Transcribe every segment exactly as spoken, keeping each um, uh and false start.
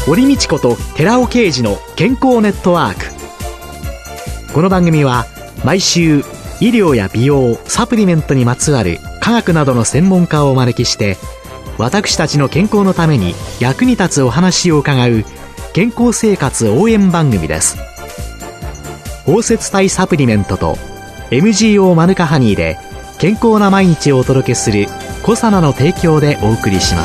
堀道子と寺尾啓二の健康ネットワーク。この番組は毎週医療や美容、サプリメントにまつわる科学などの専門家をお招きして、私たちの健康のために役に立つお話を伺う健康生活応援番組です。包摂体サプリメントと エムジーオー マヌカハニーで健康な毎日をお届けするコサナの提供でお送りします。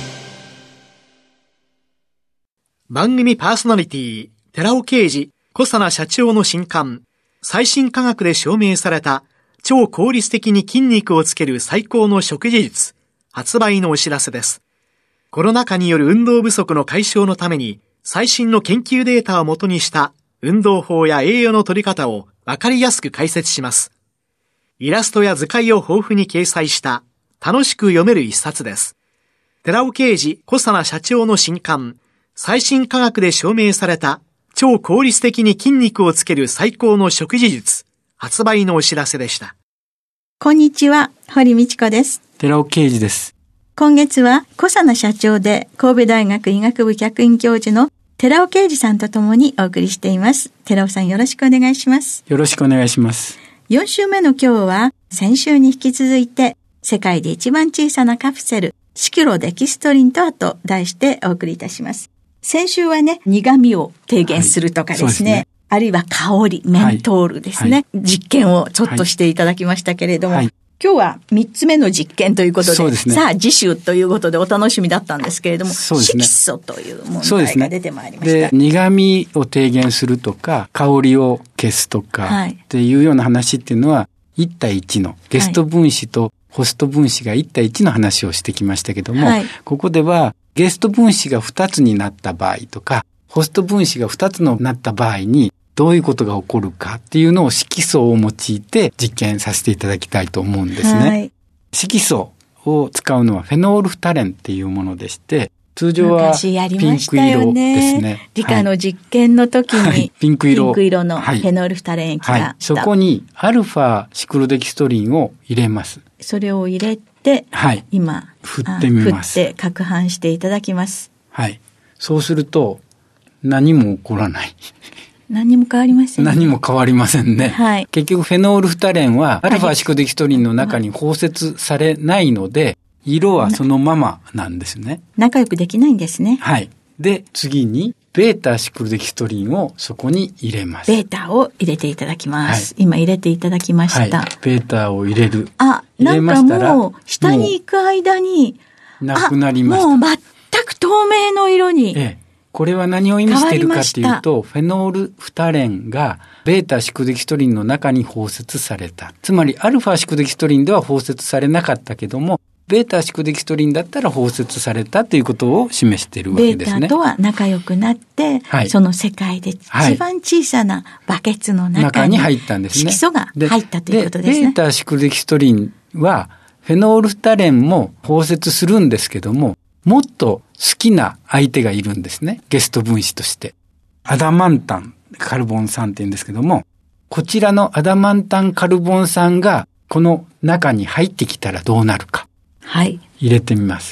番組パーソナリティ寺尾啓二、コサナ社長の新刊、最新科学で証明された超効率的に筋肉をつける最高の食事術発売のお知らせです。コロナ禍による運動不足の解消のために最新の研究データをもとにした運動法や栄養の取り方をわかりやすく解説します。イラストや図解を豊富に掲載した楽しく読める一冊です。寺尾啓二、コサナ社長の新刊、最新科学で証明された超効率的に筋肉をつける最高の食事術発売のお知らせでした。 こんにちは、堀道子です。 寺尾啓二です。 今月はコサナ社長で神戸大学医学部客員教授の寺尾啓二さんとともにお送りしています。寺尾さん、よろしくお願いします。 よろしくお願いします。 よん週目の今日は先週に引き続いて世界で一番小さなカプセルシクロデキストリンとはと題してお送りいたします。先週はね、苦味を低減するとかですね、はい、そうですね、あるいは香り、メントールですね、はいはい、実験をちょっとしていただきましたけれども、はい、今日はみっつめの実験ということ で, で、ね、さあ次週ということでお楽しみだったんですけれども、そうですね、色素という問題が出てまいりました。 で、苦味を低減するとか香りを消すとか、はい、っていうような話っていうのはいち対いちのゲスト分子とホスト分子がいち対いちの話をしてきましたけども、はい、ここではゲスト分子がふたつになった場合とか、ホスト分子がふたつになった場合にどういうことが起こるかっていうのを色素を用いて実験させていただきたいと思うんですね。はい、色素を使うのはフェノールフタレンっていうものでして、通常はピンク色ですね。 理科の実験の時に、はい、 ピンク色、 ピンク色のフェノールフタレン液が、はいはい、 そこにアルファシクロデキストリンを入れます。 それを入れて、はい、今振ってみます。 振って攪拌していただきます。 はい。そうすると何も起こらない。 何も変わりませんね。 何も変わりませんね。はい。結局フェノールフタレンはアルファシクロデキストリンの中に包摂されないので、色はそのままなんですね。 仲良くできないんですね。 はい。で、次にベータシクロデキストリンをそこに入れます。 ベータを入れていただきます。はい、今入れていただきました。 はい。ベータを入れる。 あ、なんかもう下に行く間になくなりました。 もう全く透明の色に。 ええ。これは何を意味しているかというと、フェノールフタレンがベータシクロデキストリンの中に包摂された。つまりアルファシクロデキストリンでは包摂されなかったけども、ベータシクロデキストリンだったら包摂されたということを示しているわけですね。 ベータとは仲良くなって、はい、その世界で一番小さなバケツの中に入ったんですね。色素が入ったということですね。 ベータシクロデキストリンはフェノールフタレンも包摂するんですけども、もっと好きな相手がいるんですね。ゲスト分子として。アダマンタンカルボン酸って言うんですけども、こちらのアダマンタンカルボン酸がこの中に入ってきたらどうなるか。はい。入れてみます。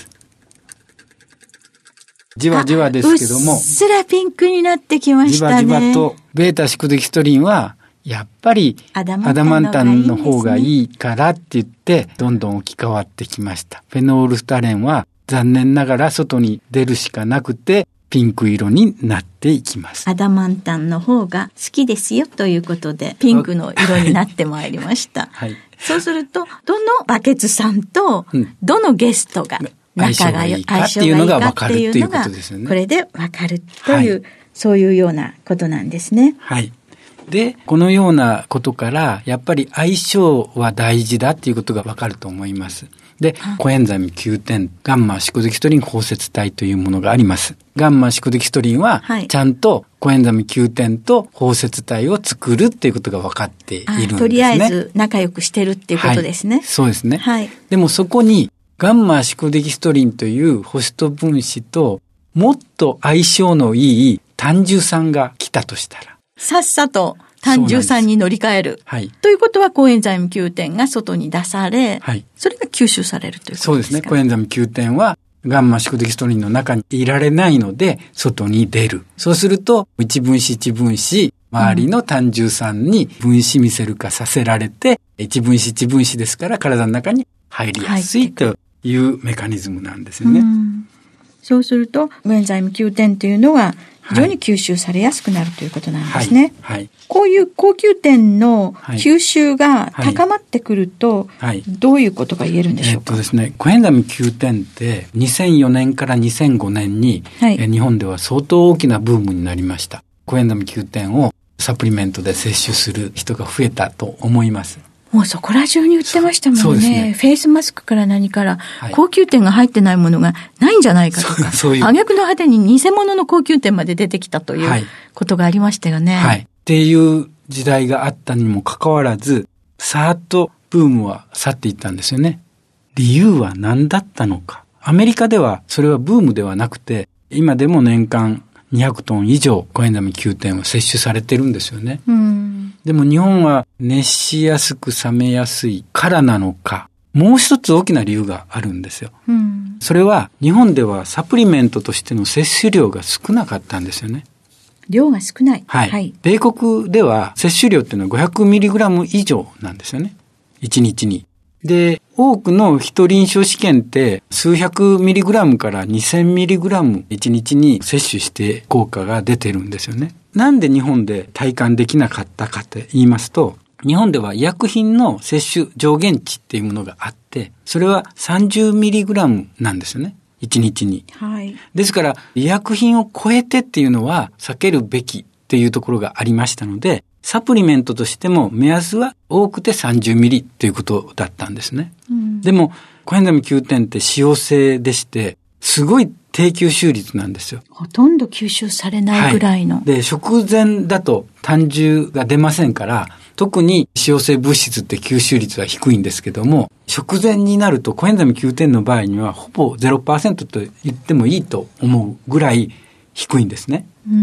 じわじわですけども。 うっすらピンクになってきましたね。 じわじわと、ベータシクロデキストリンは、やっぱりアダマンタンの方がいいからって言って、どんどん置き換わってきました。フェノールフタレンは、残念ながら外に出るしかなくて、ピンク色になっていきます。 アダマンタンの方が好きですよということで、ピンクの色になってまいりました。はい。そうすると、どのバケツさんと、どのゲストが仲が良いかっていうのが分かるっていうことですよね。これで分かるという、はい、そういうようなことなんですね。 はい。で、このようなことから、やっぱり相性は大事だっていうことが分かると思います。で、コエンザイム キューテン、ガンマシクロデキストリン包摂体というものがあります。ガンマシクロデキストリンは、ちゃんとコエンザイム キューテンと包摂体を作るっていうことが分かっているんですね。 とりあえず仲良くしてるっていうことですね。 はい、そうですね。はい。でもそこにガンマシクロデキストリンというホスト分子ともっと相性のいい単重酸が来たとしたら。 さっさと単重酸に乗り換える。はい。ということは、コエンザイム キューテン が外に出され、はい。それが吸収されるということですか。 そうですね。コエンザイム キューテン は、 ガンマシクデキストリンの中にいられないので、外に出る。そうすると、一分子一分子、周りの単純酸に分子ミセル化させられて、うん、一分子一分子ですから体の中に入りやすいというメカニズムなんですよね。うん、 そうすると、コエンザイム キューテン というのは非常に吸収されやすくなるということなんですね。はいはい、こういう高級点の吸収が高まってくると、はいはい、どういうことが言えるんでしょうか。 えっとですね、コエンザイム キューテン ってにせんよねんからにせんごねんに、はい、え日本では相当大きなブームになりました。コエンザイム キューテン をサプリメントで摂取する人が増えたと思います。 もうそこら中に売ってましたもんね。そうですね。フェイスマスクから何から、はい、高級店が入ってないものがないんじゃないかとか、そういう挙句の果てに偽物の高級店まで出てきたということがありましたよね。はい。はい、 っていう時代があったにもかかわらず、さーっとブームは去っていったんですよね。理由は何だったのか。アメリカではそれはブームではなくて、今でも年間にひゃくトン以上コエンザイム キューテン を摂取されてるんですよね。うん、でも日本は熱しやすく冷めやすいからなのか、もう一つ大きな理由があるんですよ。うん、それは日本ではサプリメントとしての摂取量が少なかったんですよね。 量が少ない。 はい。はい、米国では摂取量っていうのは ごひゃくミリグラム 以上なんですよね。いちにちに。で、多くの非臨床試験って数百ミリグラムからにせんミリグラムいちにちに摂取して効果が出てるんですよね。なんで日本で体感できなかったかって言いますと、日本では医薬品の摂取上限値っていうものがあって、それはさんじゅうミリグラムなんですよね。いちにちに。はい。ですから医薬品を超えてっていうのは避けるべきっていうところがありましたので、サプリメントとしても目安は多くてさんじゅうミリということだったんですね。うん、でも、コエンザイム キューテン って使用性でして、すごい低吸収率なんですよ。 ほとんど吸収されないぐらいの。はい、 で、食前だと単純が出ませんから、特に使用性物質って吸収率は低いんですけども、食前になるとコエンザイム キューテン の場合にはほぼ ゼロパーセント と言ってもいいと思うぐらい低いんですね。うん、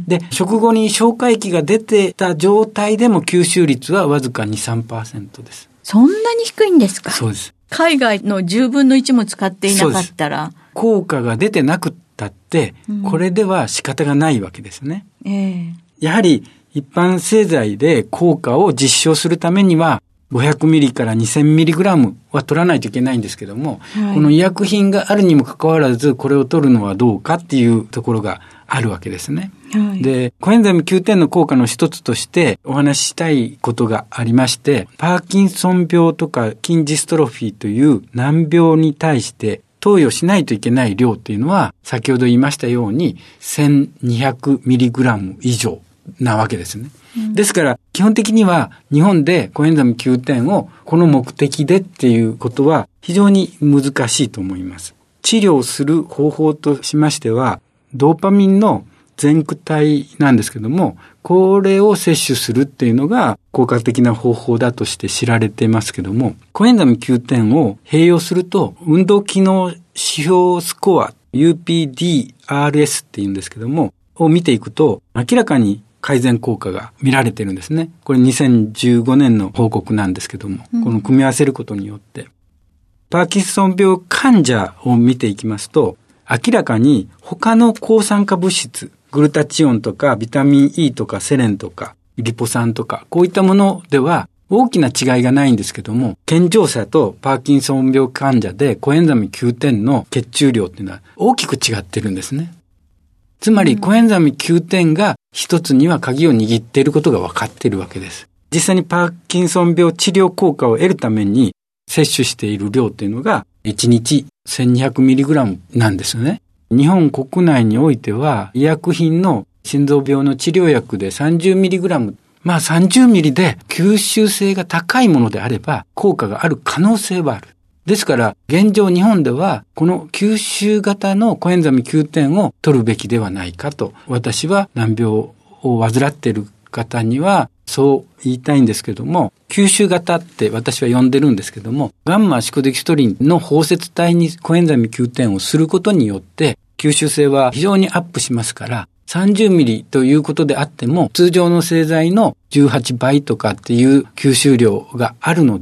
で、食後に消化液が出てた状態でも吸収率はわずか に、さんパーセント です。 そんなに低いんですか？ そうです。 海外のじゅうぶんのいちも使っていなかったら。 効果が出てなくったって、うん、これでは仕方がないわけですね。えー、やはり一般製剤で効果を実証するためには、ごひゃくミリからにせんミリグラムは取らないといけないんですけども、はい、この医薬品があるにもかかわらずこれを取るのはどうかっていうところがあるわけですね。はい、で、コエンザイム キューテン の効果の一つとしてお話ししたいことがありまして、パーキンソン病とか筋ジストロフィーという難病に対して投与しないといけない量っていうのは先ほど言いましたように せんにひゃくミリグラム 以上なわけですね。ですから基本的には日本でコエンザイム キューテン をこの目的でっていうことは非常に難しいと思います。治療する方法としましてはドーパミンの前駆体なんですけども、これを摂取するっていうのが効果的な方法だとして知られていますけども、コエンザイム キューテン を併用すると運動機能指標スコア ユーピーディーアールエス っていうんですけどもを見ていくと明らかに改善効果が見られてるんですね。これにせんじゅうごねんの報告なんですけども、うん、この組み合わせることによってパーキンソン病患者を見ていきますと、明らかに他の抗酸化物質、グルタチオンとかビタミン E とかセレンとかリポ酸とかこういったものでは大きな違いがないんですけども、健常者とパーキンソン病患者でコエンザイム キューテン の血中量っていうのは大きく違ってるんですね。つまりコエンザイム キューテン が一つには鍵を握っていることが分かっているわけです。実際にパーキンソン病治療効果を得るために摂取している量っていうのがいちにち せんにひゃくミリグラム なんですよね。日本国内においては医薬品の心臓病の治療薬で さんじゅうミリグラム、まあさんじゅうミリで吸収性が高いものであれば効果がある可能性はある。ですから現状日本ではこの吸収型のコエンザイム キューテン を取るべきではないかと、私は難病を患っている方にはそう言いたいんですけども、吸収型って私は呼んでるんですけども、ガンマシコデキストリンの包摂体にコエンザイム キューテン をすることによって吸収性は非常にアップしますから、さんじゅうミリということであっても通常の製剤のじゅうはちばいとかっていう吸収量があるので、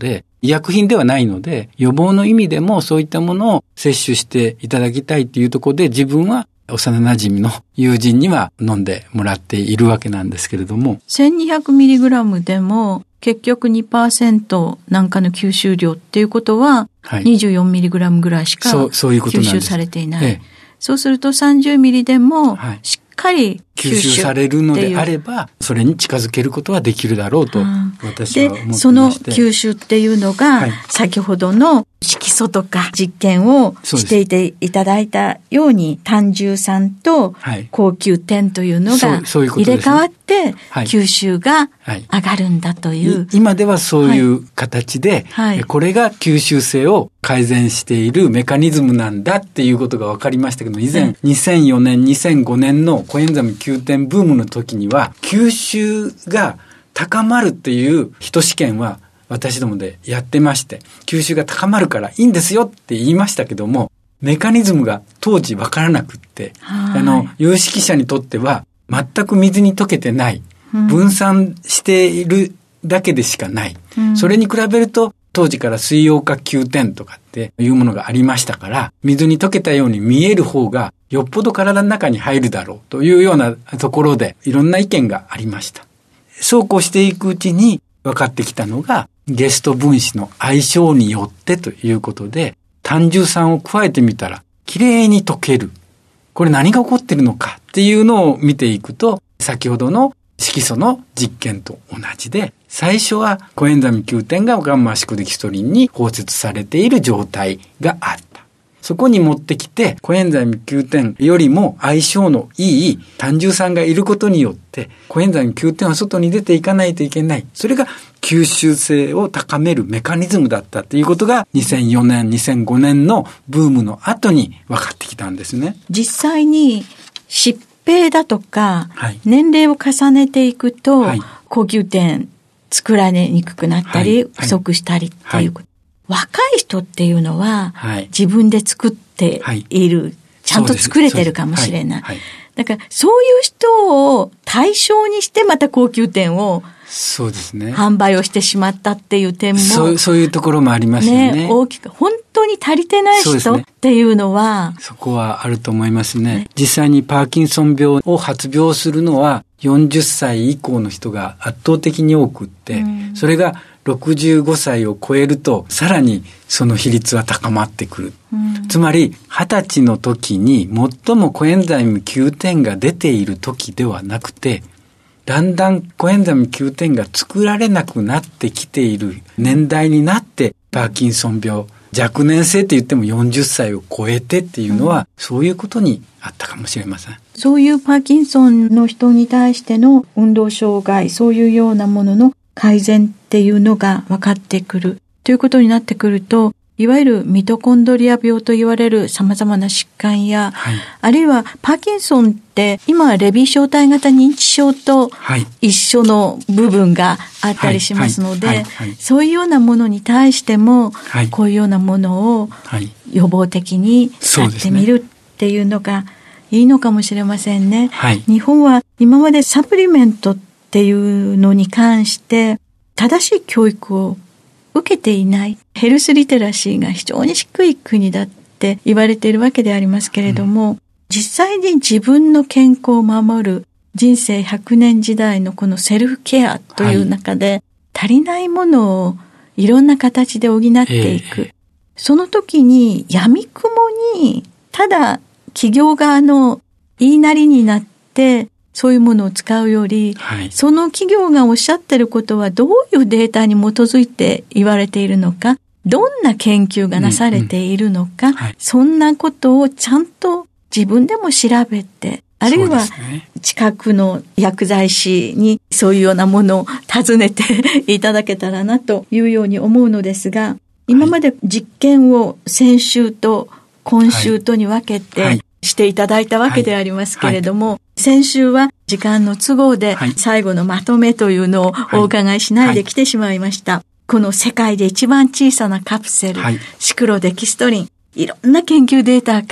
医薬品ではないので、予防の意味でもそういったものを摂取していただきたいっていうところで、自分は幼馴染の友人には飲んでもらっているわけなんですけれども。 せんにひゃくミリグラム でも結局 にパーセント なんかの吸収量っていうことは にじゅうよんミリグラム ぐらいしか吸収されていない。はい、そう、そういうことなんです。ええ。そうするとさんじゅうミリでもしっかり吸収されるのであれば、それに近づけることはできるだろうと私は思ってまして。で、 その吸収っていうのが、はい、先ほどの色素とか実験をしていていただいたように、単重酸と高級点というのが入れ替わって吸収が上がるんだという。はいはい、 今ではそういう形で、はい、これが吸収性を改善しているメカニズムなんだっていうことが分かりましたけど、以前にせんよねん、にせんごねんのコエンザイム キューテン ブームの時には、吸収が高まるっていう人試験は私どもでやってまして、吸収が高まるからいいんですよって言いましたけども、メカニズムが当時分からなくって、あの、有識者にとっては全く水に溶けてない、分散しているだけでしかない。うん、それに比べると、当時から水溶化きゅうてんとかっていうものがありましたから、水に溶けたように見える方がよっぽど体の中に入るだろうというようなところでいろんな意見がありました。そうこうしていくうちに分かってきたのが、ゲスト分子の相性によってということで、単重酸を加えてみたらきれいに溶ける。これ何が起こっているのかっていうのを見ていくと、先ほどの色素の実験と同じで、最初はコエンザイム キューテン がガンマシクデキストリンに包摂されている状態があった。そこに持ってきて、コエンザイム キューテン よりも相性のいい単重酸がいることによって、コエンザイム キューテン は外に出ていかないといけない。それが吸収性を高めるメカニズムだったということが、にせんよねん、にせんごねんのブームの後に分かってきたんですね。 実際に疾病だとか、はい、年齢を重ねていくと、はい、高級点作られにくくなったり、はい、不足したりっていうこと。はい、若い人っていうのは、はい、自分で作っている、はい、ちゃんと作れてるかもしれない。はいはい、だからそういう人を対象にしてまた高級点をそうですね。 販売をしてしまったっていう点も。 そう、そういうところもありますよね。 ね、大きく。本当に足りてない人っていうのは。 そこはあると思いますね。ね、実際にパーキンソン病を発病するのはよんじゅっさい以降の人が圧倒的に多くって、うん、それがろくじゅうごさいを超えるとさらにその比率は高まってくる。うん、つまりはたちの時に最もコエンザイム キューテン が出ている時ではなくて、だんだんコエンザイム キューテン が作られなくなってきている年代になって、パーキンソン病、若年性って言ってもよんじゅっさいを超えてっていうのは、うん、そういうことにあったかもしれません。 そういうパーキンソンの人に対しての運動障害、そういうようなものの改善っていうのが分かってくるということになってくると、いわゆるミトコンドリア病と言われる様々な疾患や、はい、あるいはパーキンソンって今はレビー小体型認知症と一緒の部分があったりしますので、そういうようなものに対しても、はい、こういうようなものを予防的にやってみるっていうのがいいのかもしれませんね。はい、日本は今までサプリメントっていうのに関して正しい教育を受けていない、ヘルスリテラシーが非常に低い国だって言われているわけでありますけれども、うん、実際に自分の健康を守る人生ひゃくねん時代のこのセルフケアという中で、足りないものをいろんな形で補っていく。はい、その時に闇雲にただ企業側の言いなりになってそういうものを使うより、はい、その企業がおっしゃってることはどういうデータに基づいて言われているのか、どんな研究がなされているのか、うんうんはい、そんなことをちゃんと自分でも調べて、あるいは近くの薬剤師にそういうようなものを尋ねていただけたらなというように思うのですが、今まで実験を先週と今週とに分けてしていただいたわけでありますけれども、はいはい、先週は時間の都合で最後のまとめというのをお伺いしないで来てしまいました。はいはい、この世界で一番小さなカプセル、はい、シクロデキストリン、いろんな研究データから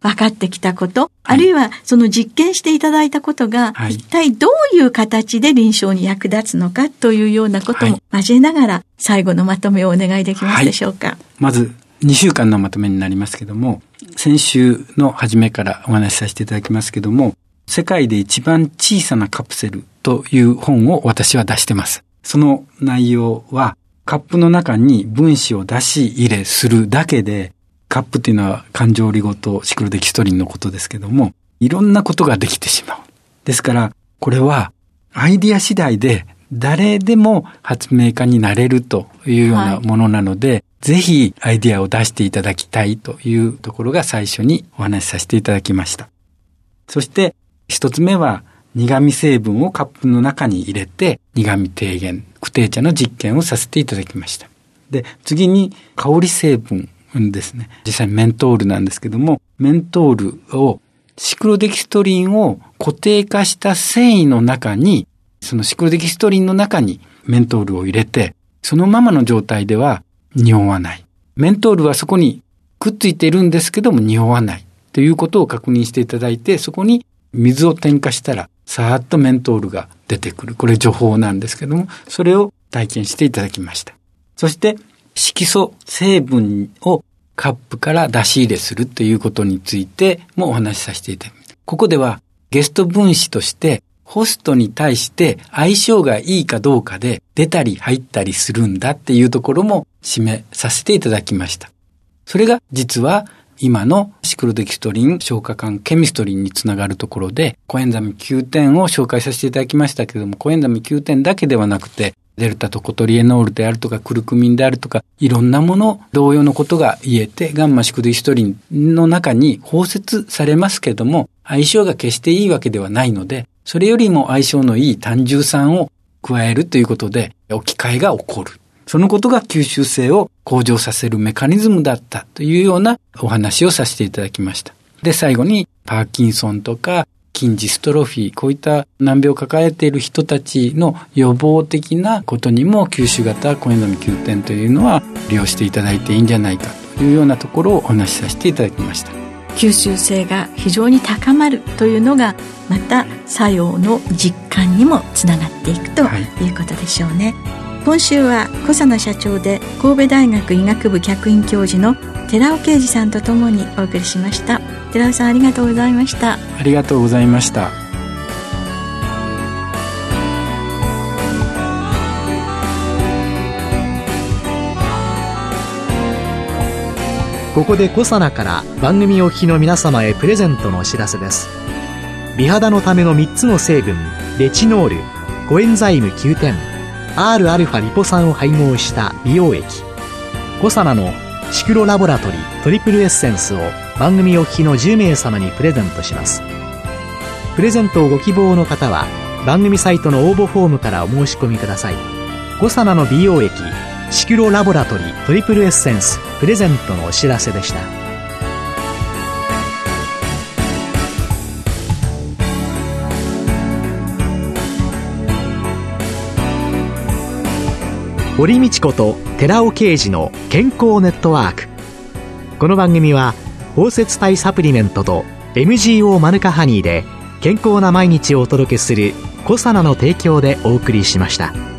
分かってきたこと、はい、あるいはその実験していただいたことが、はい、一体どういう形で臨床に役立つのかというようなことも交えながら、最後のまとめをお願いできますでしょうか。はい、 まずにしゅうかんのまとめになりますけども、先週の初めからお話しさせていただきますけども、世界で一番小さなカプセルという本を私は出してます。その内容は、カップの中に分子を出し入れするだけで、カップっていうのは環状オリゴ糖シクロデキストリンのことですけども、いろんなことができてしまう。ですから、これはアイディア次第で誰でも発明家になれるというようなものなので、はい、ぜひアイディアを出していただきたいというところが最初にお話しさせていただきました。そして一つ目は苦味成分をカップの中に入れて苦味低減、クテー茶の実験をさせていただきました。で、次に香り成分ですね。実際メントールなんですけども、メントールをシクロデキストリンを固定化した繊維の中に、そのシクロデキストリンの中にメントールを入れて、そのままの状態では匂わない。メントールはそこにくっついているんですけども匂わないということを確認していただいて、そこに水を添加したらさーっとメントールが出てくる。これ除法なんですけども、それを体験していただきました。そして色素成分をカップから出し入れするということについてもお話しさせていただきます。ここではゲスト分子としてホストに対して相性がいいかどうかで出たり入ったりするんだっていうところも示させていただきました。それが実は今のシクロデキストリン消化管ケミストリンにつながるところで、コエンザミきゅうてんを紹介させていただきましたけれども、コエンザミきゅうてんだけではなくてデルタトコトリエノールであるとかクルクミンであるとかいろんなもの同様のことが言えて、ガンマシクロデキストリンの中に包摂されますけども、相性が決していいわけではないので、それよりも相性のいい単重酸を加えるということで置き換えが起こる。そのことが吸収性を向上させるメカニズムだったというようなお話をさせていただきました。で、最後にパーキンソンとか筋ジストロフィー、こういった難病を抱えている人たちの予防的なことにも吸収型コエンザミきゅうてんというのは利用していただいていいんじゃないかというようなところをお話しさせていただきました。 吸収性が非常に高まるというのがまた作用の実感にもつながっていくということでしょうね。はい、今週は小佐奈社長で神戸大学医学部客員教授の寺尾啓二さんとともにお送りしました。寺尾さん、ありがとうございました。 ありがとうございました。 ここで小佐奈から番組お聞きの皆様へプレゼントのお知らせです。美肌のためのみっつの成分、レチノール、コエンザイムきゅうてん、アールアルファ リポ酸を配合した美容液、コサナのシクロラボラトリトリプルエッセンスを番組お聞きのじゅうめいさまにプレゼントします。プレゼントをご希望の方は番組サイトの応募フォームからお申し込みください。コサナの美容液シクロラボラトリトリプルエッセンスプレゼントのお知らせでした。堀道子と寺尾啓二の健康ネットワーク。この番組は包摂体サプリメントと エムジーオー マヌカハニーで健康な毎日をお届けするコサナの提供でお送りしました。